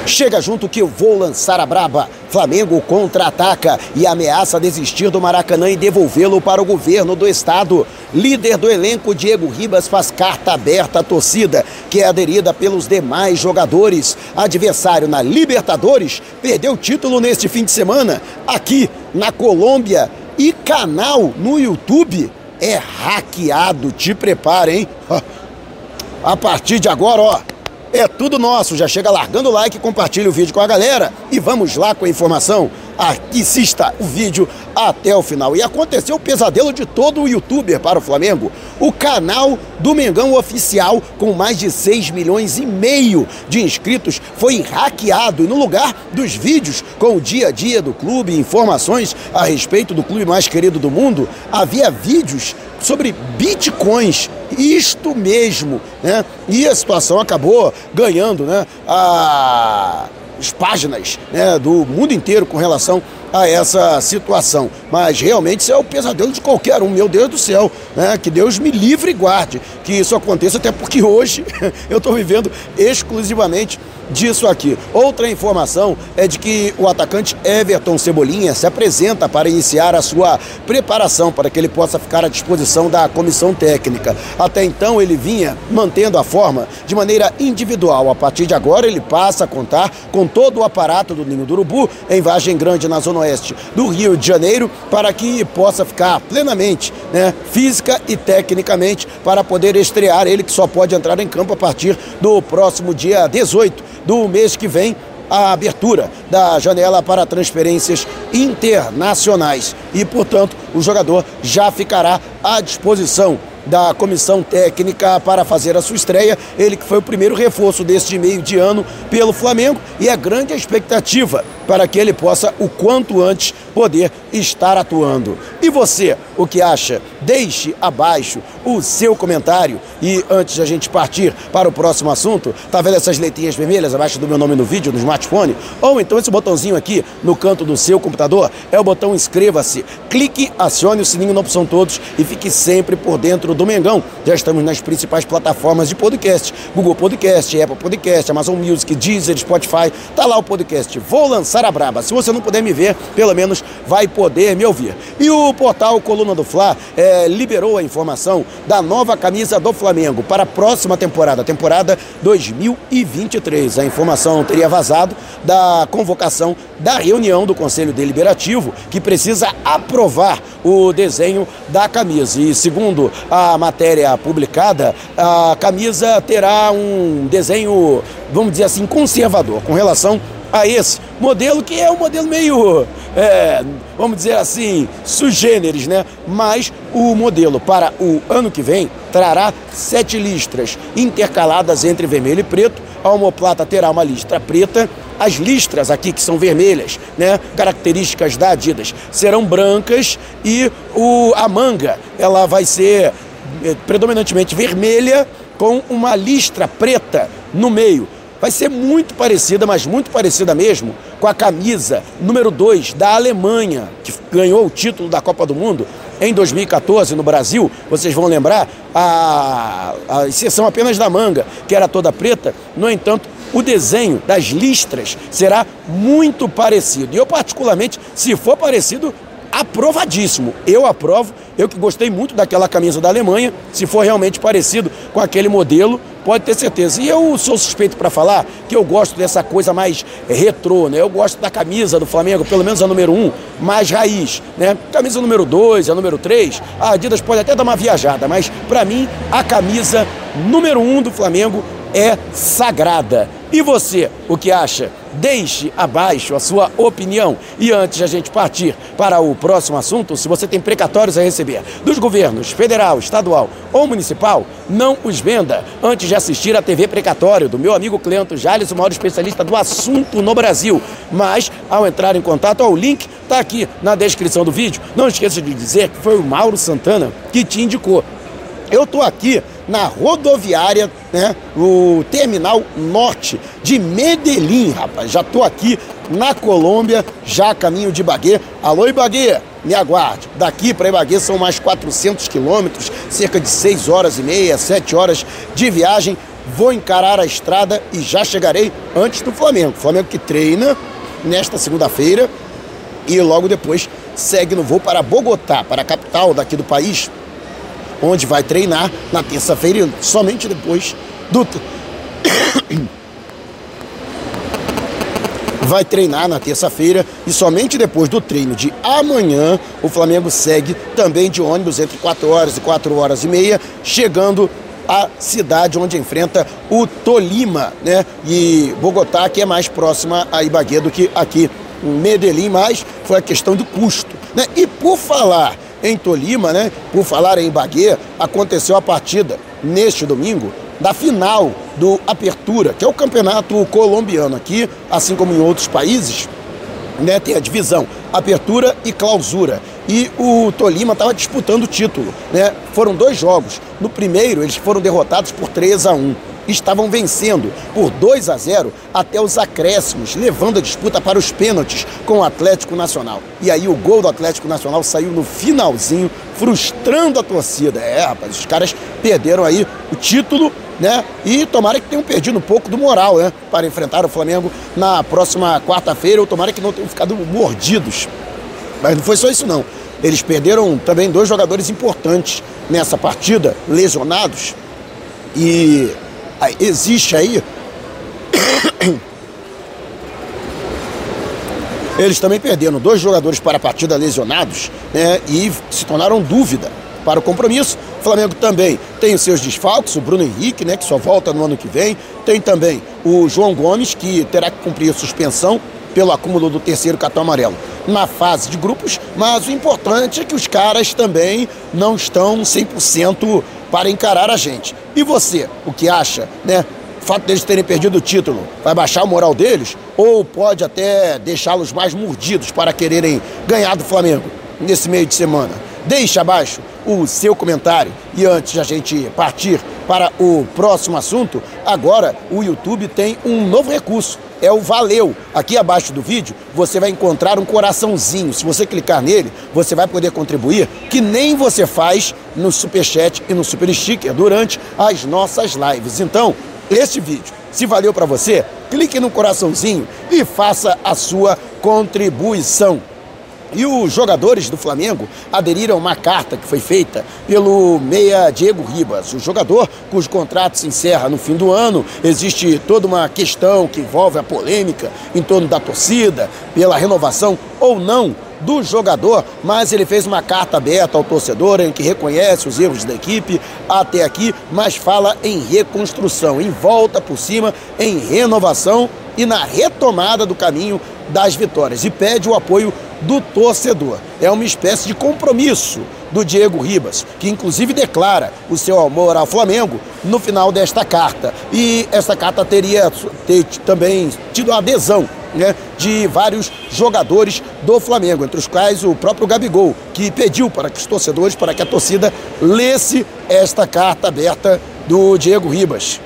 Chega junto que eu vou lançar a braba. Flamengo contra-ataca e ameaça desistir do Maracanã e devolvê-lo para o governo do estado. Líder do elenco, Diego Ribas, faz carta aberta à torcida, que é aderida pelos demais jogadores. Adversário na Libertadores perdeu o título neste fim de semana, aqui na Colômbia. E canal no YouTube é hackeado. Te prepara, hein? A partir de agora, ó, é tudo nosso. Já chega largando o like, compartilha o vídeo com a galera e vamos lá com a informação. Assista o vídeo até o final. E aconteceu o pesadelo de todo o youtuber para o Flamengo. O canal do Mengão Oficial, com mais de 6,5 milhões de inscritos, foi hackeado. E no lugar dos vídeos com o dia a dia do clube, informações a respeito do clube mais querido do mundo, havia vídeos sobre bitcoins. Isto mesmo, né? E a situação acabou ganhando, né, as páginas, né, do mundo inteiro com relação a essa situação. Mas realmente isso é o pesadelo de qualquer um, meu Deus do céu, né? Que Deus me livre e guarde que isso aconteça, até porque hoje eu estou vivendo exclusivamente disso aqui. Outra informação é de que o atacante Everton Cebolinha se apresenta para iniciar a sua preparação para que ele possa ficar à disposição da comissão técnica. Até então ele vinha mantendo a forma de maneira individual. A partir de agora ele passa a contar com todo o aparato do Ninho do Urubu em Vargem Grande, na zona oeste do Rio de Janeiro, para que possa ficar plenamente, né, física e tecnicamente, para poder estrear. Ele que só pode entrar em campo a partir do próximo dia 18 do mês que vem, a abertura da janela para transferências internacionais. E, portanto, o jogador já ficará à disposição da comissão técnica para fazer a sua estreia. Ele que foi o primeiro reforço deste meio de ano pelo Flamengo, e é grande a expectativa para que ele possa, o quanto antes, poder estar atuando. E você, o que acha? Deixe abaixo o seu comentário. E antes de a gente partir para o próximo assunto, tá vendo essas letrinhas vermelhas abaixo do meu nome no vídeo, no smartphone? Ou então esse botãozinho aqui no canto do seu computador é o botão inscreva-se. Clique, acione o sininho na opção todos e fique sempre por dentro do Mengão. Já estamos nas principais plataformas de podcast: Google Podcast, Apple Podcast, Amazon Music, Deezer, Spotify. Tá lá o podcast Vou Lançar a Braba. Se você não puder me ver, pelo menos vai poder me ouvir. E o portal Coluna do Fla liberou a informação da nova camisa do Flamengo para a próxima temporada, temporada 2023. A informação teria vazado da convocação da reunião do Conselho Deliberativo, que precisa aprovar o desenho da camisa. E segundo a matéria publicada, a camisa terá um desenho, vamos dizer assim, conservador com relação a esse modelo, que é um modelo meio, vamos dizer assim, sui generis, né? Mas o modelo para o ano que vem trará 7 listras intercaladas entre vermelho e preto. A omoplata terá uma listra preta. As listras aqui, que são vermelhas, né, características da Adidas, serão brancas, e a manga ela vai ser predominantemente vermelha com uma listra preta no meio. Vai ser muito parecida, mas muito parecida mesmo, com a camisa número 2 da Alemanha, que ganhou o título da Copa do Mundo em 2014 no Brasil. Vocês vão lembrar, a exceção apenas da manga, que era toda preta. No entanto, o desenho das listras será muito parecido. E eu, particularmente, se for parecido, aprovadíssimo. Eu aprovo. Eu que gostei muito daquela camisa da Alemanha. Se for realmente parecido com aquele modelo, pode ter certeza. E eu sou suspeito para falar que eu gosto dessa coisa mais retrô, né? Eu gosto da camisa do Flamengo, pelo menos a número 1, mais raiz, né? Camisa número 2, a número 3, a Adidas pode até dar uma viajada, mas para mim a camisa número 1 do Flamengo é sagrada. E você, o que acha? Deixe abaixo a sua opinião. E antes de a gente partir para o próximo assunto, se você tem precatórios a receber dos governos federal, estadual ou municipal, não os venda antes de assistir a TV Precatório, do meu amigo Cleanto Jales, o maior especialista do assunto no Brasil. Mas, ao entrar em contato, o link está aqui na descrição do vídeo. Não esqueça de dizer que foi o Mauro Santana que te indicou. Eu estou aqui na rodoviária, né, o Terminal Norte de Medellín, rapaz. Já estou aqui na Colômbia, já a caminho de Ibagué. Alô, Ibagué, me aguarde. Daqui para Ibagué são mais 400 quilômetros, cerca de 6 horas e meia, 7 horas de viagem. vou encarar a estrada e já chegarei antes do Flamengo. Flamengo que treina nesta segunda-feira e logo depois segue no voo para Bogotá, para a capital daqui do país, onde vai treinar na terça-feira e somente depois do... vai treinar na terça-feira e somente depois do treino de amanhã o Flamengo segue também de ônibus entre 4 horas e 4 horas e meia, chegando à cidade onde enfrenta o Tolima, né? E Bogotá, que é mais próxima a Ibagué do que aqui em Medellín, mas foi a questão do custo, né? E por falar em Tolima, né? Por falar em Ibagué, aconteceu a partida neste domingo da final do Apertura, que é o campeonato colombiano aqui, assim como em outros países, né, tem a divisão Apertura e Clausura. E o Tolima estava disputando o título, né? Foram 2 jogos. No primeiro, eles foram derrotados por 3-1. Estavam vencendo por 2-0 até os acréscimos, levando a disputa para os pênaltis com o Atlético Nacional. E aí o gol do Atlético Nacional saiu no finalzinho, frustrando a torcida. Rapaz, os caras perderam aí o título, né? E tomara que tenham perdido um pouco do moral, né? Para enfrentar o Flamengo na próxima quarta-feira, ou tomara que não tenham ficado mordidos. Mas não foi só isso não. Eles perderam também 2 jogadores importantes nessa partida, lesionados. E existe aí... Eles também perderam 2 jogadores para a partida lesionados, né? E se tornaram dúvida para o compromisso. O Flamengo também tem os seus desfalques, o Bruno Henrique, né, que só volta no ano que vem. Tem também o João Gomes, que terá que cumprir a suspensão pelo acúmulo do 3º cartão amarelo na fase de grupos, mas o importante é que os caras também não estão 100% para encarar a gente. E você, o que acha, né? O fato deles terem perdido o título vai baixar o moral deles ou pode até deixá-los mais mordidos para quererem ganhar do Flamengo nesse meio de semana? Deixe abaixo o seu comentário. E antes de a gente partir para o próximo assunto, agora o YouTube tem um novo recurso, é o Valeu. Aqui abaixo do vídeo você vai encontrar um coraçãozinho. Se você clicar nele, você vai poder contribuir, que nem você faz no Superchat e no Super Sticker durante as nossas lives. Então, este vídeo, se valeu para você, clique no coraçãozinho e faça a sua contribuição. E os jogadores do Flamengo aderiram a uma carta que foi feita pelo meia Diego Ribas, o jogador cujo contrato se encerra no fim do ano. Existe toda uma questão que envolve a polêmica em torno da torcida, pela renovação ou não do jogador, mas ele fez uma carta aberta ao torcedor em que reconhece os erros da equipe até aqui, mas fala em reconstrução, em volta por cima, em renovação e na retomada do caminho das vitórias, e pede o apoio do torcedor. É uma espécie de compromisso do Diego Ribas, que inclusive declara o seu amor ao Flamengo no final desta carta. E essa carta teria também tido a adesão, né, de vários jogadores do Flamengo, entre os quais o próprio Gabigol, que pediu para que os torcedores, para que a torcida lesse esta carta aberta do Diego Ribas.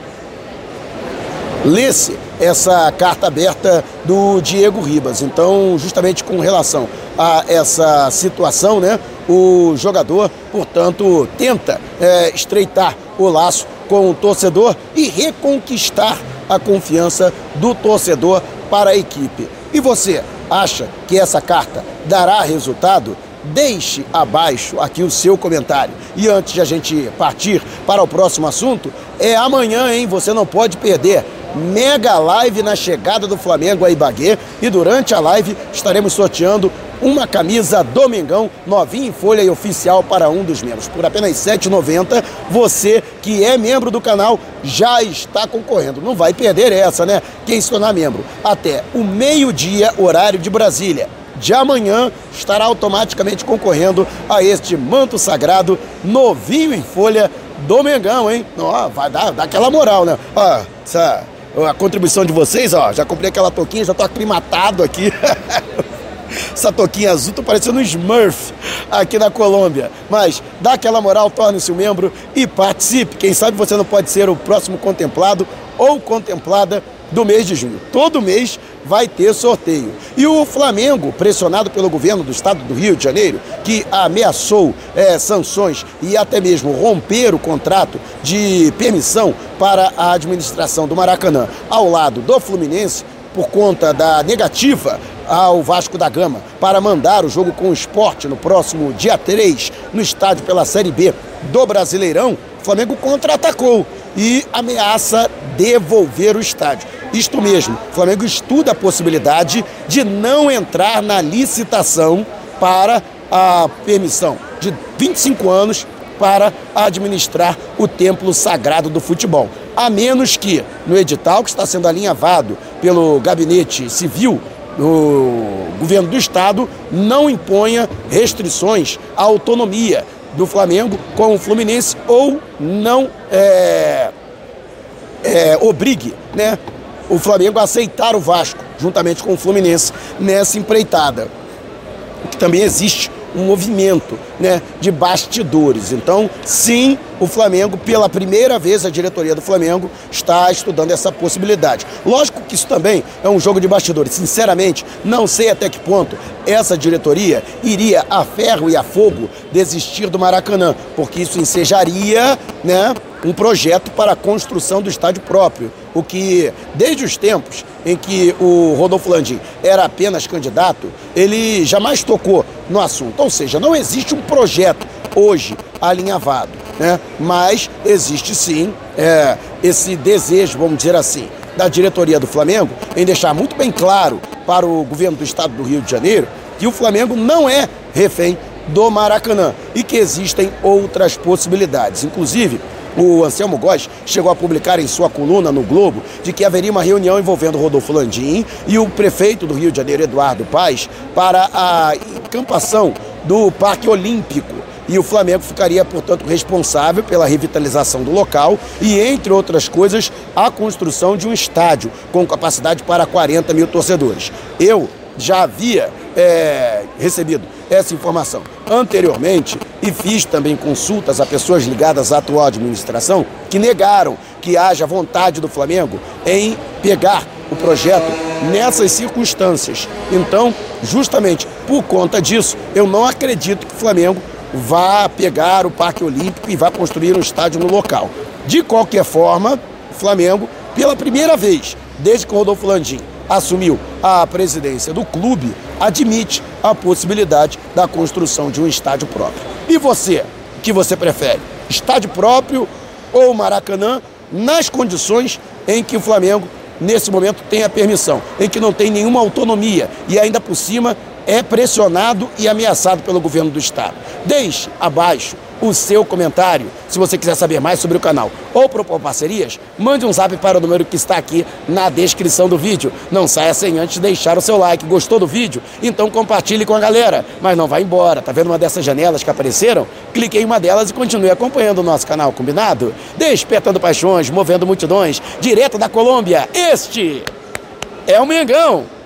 Lesse essa carta aberta do Diego Ribas. Então, justamente com relação a essa situação, né, o jogador, portanto, tenta estreitar o laço com o torcedor e reconquistar a confiança do torcedor para a equipe. E você acha que essa carta dará resultado? Deixe abaixo aqui o seu comentário. E antes de a gente partir para o próximo assunto, é amanhã, hein? Você não pode perder. Mega live na chegada do Flamengo a Ibagué, e durante a live estaremos sorteando uma camisa Domingão, novinha em folha e oficial para um dos membros. Por apenas R$ 7,90, você que é membro do canal já está concorrendo. Não vai perder essa, né? Quem se tornar membro até o meio-dia, horário de Brasília, de amanhã, estará automaticamente concorrendo a este manto sagrado novinho em folha Domingão, hein? Ó, vai dar aquela moral, né? Ó, a contribuição de vocês, ó, já comprei aquela touquinha, já tô aclimatado aqui. Essa touquinha azul, tô parecendo um Smurf aqui na Colômbia. Mas dá aquela moral, torne-se um membro e participe. Quem sabe você não pode ser o próximo contemplado ou contemplada do mês de junho. Todo mês vai ter sorteio. E o Flamengo, pressionado pelo governo do estado do Rio de Janeiro, que ameaçou sanções e até mesmo romper o contrato de permissão para a administração do Maracanã ao lado do Fluminense, por conta da negativa ao Vasco da Gama para mandar o jogo com o Sport no próximo dia 3 no estádio pela Série B do Brasileirão, o Flamengo contra-atacou e ameaça devolver o estádio. Isto mesmo, o Flamengo estuda a possibilidade de não entrar na licitação para a permissão de 25 anos para administrar o templo sagrado do futebol. A menos que, no edital que está sendo alinhavado pelo Gabinete Civil do Governo do Estado, não imponha restrições à autonomia do Flamengo com o Fluminense ou não obrigue, né, o Flamengo a aceitar o Vasco, juntamente com o Fluminense, nessa empreitada. Que também existe um movimento, né, de bastidores. Então, sim, o Flamengo, pela primeira vez, a diretoria do Flamengo está estudando essa possibilidade. Lógico que isso também é um jogo de bastidores. Sinceramente, não sei até que ponto essa diretoria iria a ferro e a fogo desistir do Maracanã, porque isso ensejaria, né, um projeto para a construção do estádio próprio, o que, desde os tempos em que o Rodolfo Landim era apenas candidato, ele jamais tocou no assunto. Ou seja, não existe um projeto hoje alinhavado, né? Mas existe sim esse desejo, vamos dizer assim, da diretoria do Flamengo em deixar muito bem claro para o governo do estado do Rio de Janeiro que o Flamengo não é refém do Maracanã e que existem outras possibilidades. Inclusive, o Anselmo Góes chegou a publicar em sua coluna no Globo de que haveria uma reunião envolvendo Rodolfo Landim e o prefeito do Rio de Janeiro, Eduardo Paes, para a encampação do Parque Olímpico. E o Flamengo ficaria, portanto, responsável pela revitalização do local e, entre outras coisas, a construção de um estádio com capacidade para 40 mil torcedores. Eu já havia recebido essa informação anteriormente e fiz também consultas a pessoas ligadas à atual administração que negaram que haja vontade do Flamengo em pegar o projeto nessas circunstâncias. Então, justamente por conta disso, eu não acredito que o Flamengo vá pegar o Parque Olímpico e vá construir um estádio no local. De qualquer forma, o Flamengo, pela primeira vez, desde que o Rodolfo Landim assumiu a presidência do clube, admite a possibilidade da construção de um estádio próprio. E você, o que você prefere? Estádio próprio ou Maracanã, nas condições em que o Flamengo, nesse momento, tem a permissão, em que não tem nenhuma autonomia e ainda por cima é pressionado e ameaçado pelo governo do estado? Deixe abaixo o seu comentário. Se você quiser saber mais sobre o canal ou propor parcerias, mande um zap para o número que está aqui na descrição do vídeo. Não saia sem antes deixar o seu like. Gostou do vídeo? Então compartilhe com a galera. Mas não vá embora. Tá vendo uma dessas janelas que apareceram? Clique em uma delas e continue acompanhando o nosso canal, combinado? Despertando paixões, movendo multidões, direto da Colômbia. Este é o Mengão.